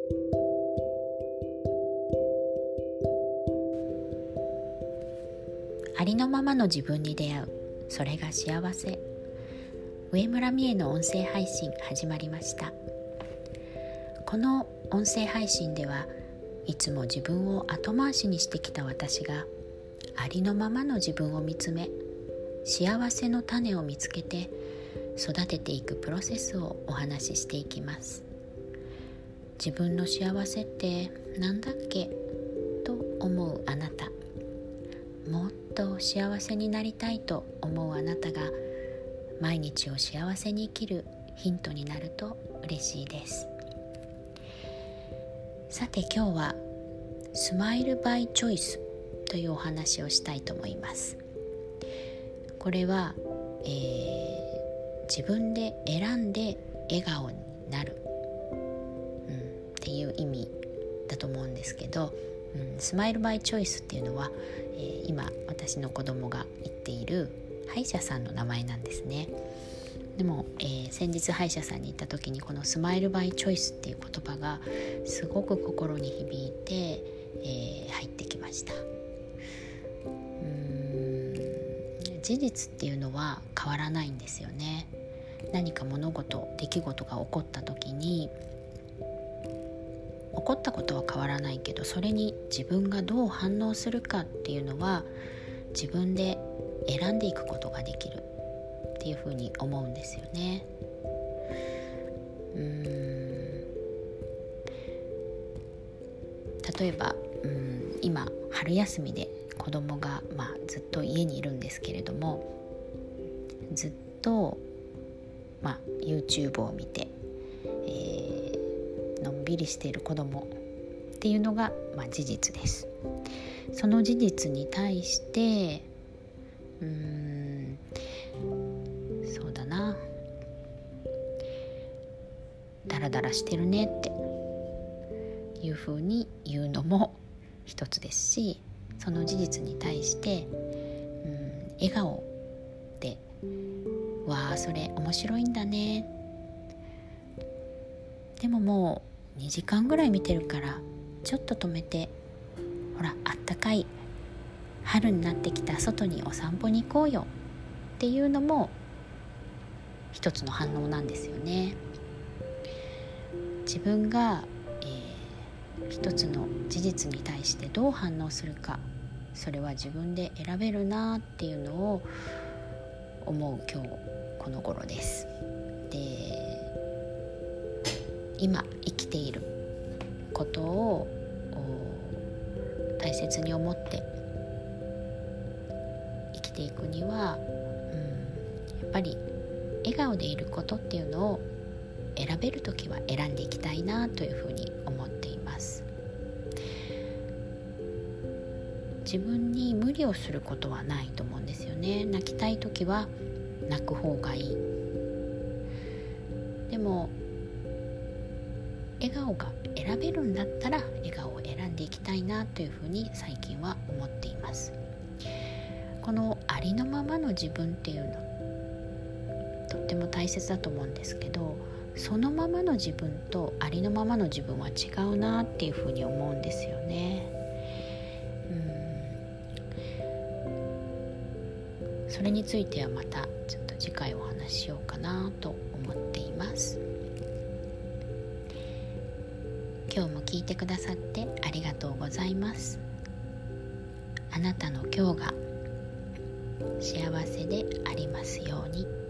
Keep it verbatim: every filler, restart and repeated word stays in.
ありのままの自分に出会う、それが幸せ。上村美恵の音声配信始まりました。この音声配信ではいつも自分を後回しにしてきた私がありのままの自分を見つめ、幸せの種を見つけて育てていくプロセスをお話ししていきます。自分の幸せってなんだっけと思うあなた、もっと幸せになりたいと思うあなたが毎日を幸せに生きるヒントになると嬉しいです。さて今日はスマイルバイチョイスというお話をしたいと思います。これは、えー、自分で選んで笑顔になる、うん、っていう意味だと思うんですけど、うん、スマイルバイチョイスっていうのは、えー、今私の子供が言っている歯医者さんの名前なんですね。でも、えー、先日歯医者さんに行った時にこのスマイルバイチョイスっていう言葉がすごく心に響いて、えー、入ってきました。うーん事実っていうのは変わらないんですよね。何か物事、出来事が起こった時に起こったことは変わらないけど、それに自分がどう反応するかっていうのは自分で選んでいくことができるっていうふうに思うんですよね。うーん例えばうーん今春休みで子供が、まあ、ずっと家にいるんですけれども、ずっと、まあ、YouTube を見て、えー、のんびりしている子供っていうのが、まあ、事実です。その事実に対してうーんそうだなダラダラしてるねっていうふうに言うのも一つですし、その事実に対してうん笑顔でわあそれ面白いんだね、でももうにじかんぐらい見てるからちょっと止めて、ほらあったかい春になってきた外にお散歩に行こうよっていうのも一つの反応なんですよね。自分が、えー、一つの事実に対してどう反応するか、それは自分で選べるなっていうのを思う今日この頃です。で、今生きていることを大切に思って生きていくには、うん、やっぱり笑顔でいることっていうのを選べるときは選んでいきたいなというふうに思っています。自分に無理をすることはないと思うんですよね。泣きたいときは泣く方がいい。でも笑顔が選べるんだったら笑顔を選んでいきたいなというふうに最近は思っています。このありのままの自分っていうのとっても大切だと思うんですけど、そのままの自分とありのままの自分は違うなっていうふうに思うんですよね。うんそれについてはまたちょっと次回お話ししようかなと思っています。今日も聞いてくださってありがとうございます。あなたの今日が幸せでありますように。